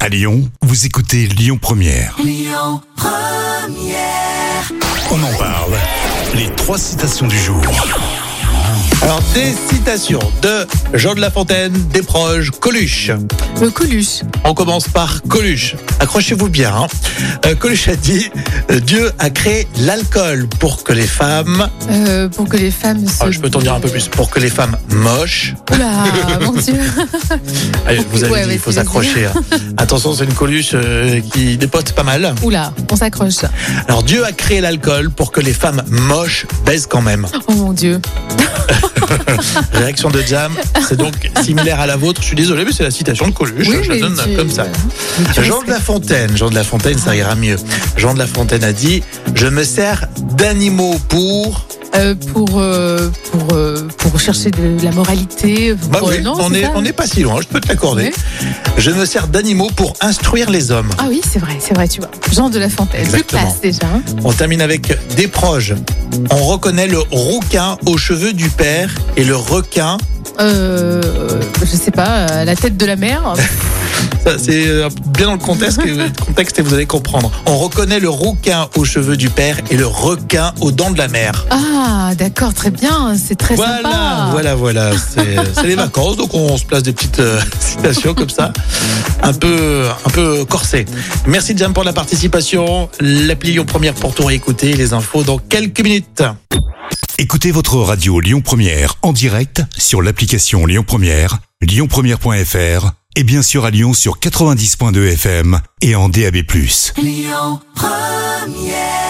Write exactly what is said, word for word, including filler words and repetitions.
À Lyon, vous écoutez Lyon Première. Lyon Première. On en parle. Les trois citations du jour. Alors, des citations de Jean de La Fontaine, Desproges, Coluche. Le Coluche. On commence par Coluche. Accrochez-vous bien. Hein. Euh, Coluche a dit euh, Dieu a créé l'alcool pour que les femmes. Euh, pour que les femmes se... Ah, je peux t'en dire un peu plus. Pour que les femmes moches. Oula, mon Dieu. Allez, vous avez Ouais, dit, ouais, il faut vas-y. s'accrocher. Hein. Attention, c'est une Coluche euh, qui dépote pas mal. Oula, on s'accroche. Alors, Dieu a créé l'alcool pour que les femmes moches baisent quand même. Oh mon Dieu. Réaction de Jam, c'est donc similaire à la vôtre. Je suis désolé, mais c'est la citation de Coluche. Oui, je la mais donne tu- comme ça. mais tu Jean de La respectes. Fontaine, Jean de La Fontaine, ça ira mieux. Jean de La Fontaine a dit « Je me sers d'animaux pour... Euh, pour, euh, pour, euh, pour chercher de la moralité. » Pour, Bah oui, euh, non, on c'est est, ça on n'est pas si loin, je peux te l'accorder. Oui. Je me sers d'animaux pour instruire les hommes. Ah oui, c'est vrai, c'est vrai, tu vois. Jean de La Fontaine. Plus Exactement. classe déjà. Hein. On termine avec Desproges. On reconnaît le rouquin aux cheveux du père et le requin. Euh, je sais pas, à la tête de la mer. Ça, c'est euh, bien dans le contexte, le contexte et vous allez comprendre. On reconnaît le rouquin aux cheveux du père et le requin aux dents de la mer. Ah, d'accord, très bien, c'est très Voilà, sympa. voilà, voilà. C'est, c'est les vacances, donc on se place des petites euh, citations comme ça, un peu, un peu corsées. Merci Jam pour la participation. L'appli Lyon Première pour tout réécouter. Les infos dans quelques minutes. Écoutez votre radio Lyon Première en direct sur l'application Lyon Première, lyon première point f r et bien sûr à Lyon sur quatre-vingt-dix point deux F M et en D A B plus. Lyon Première.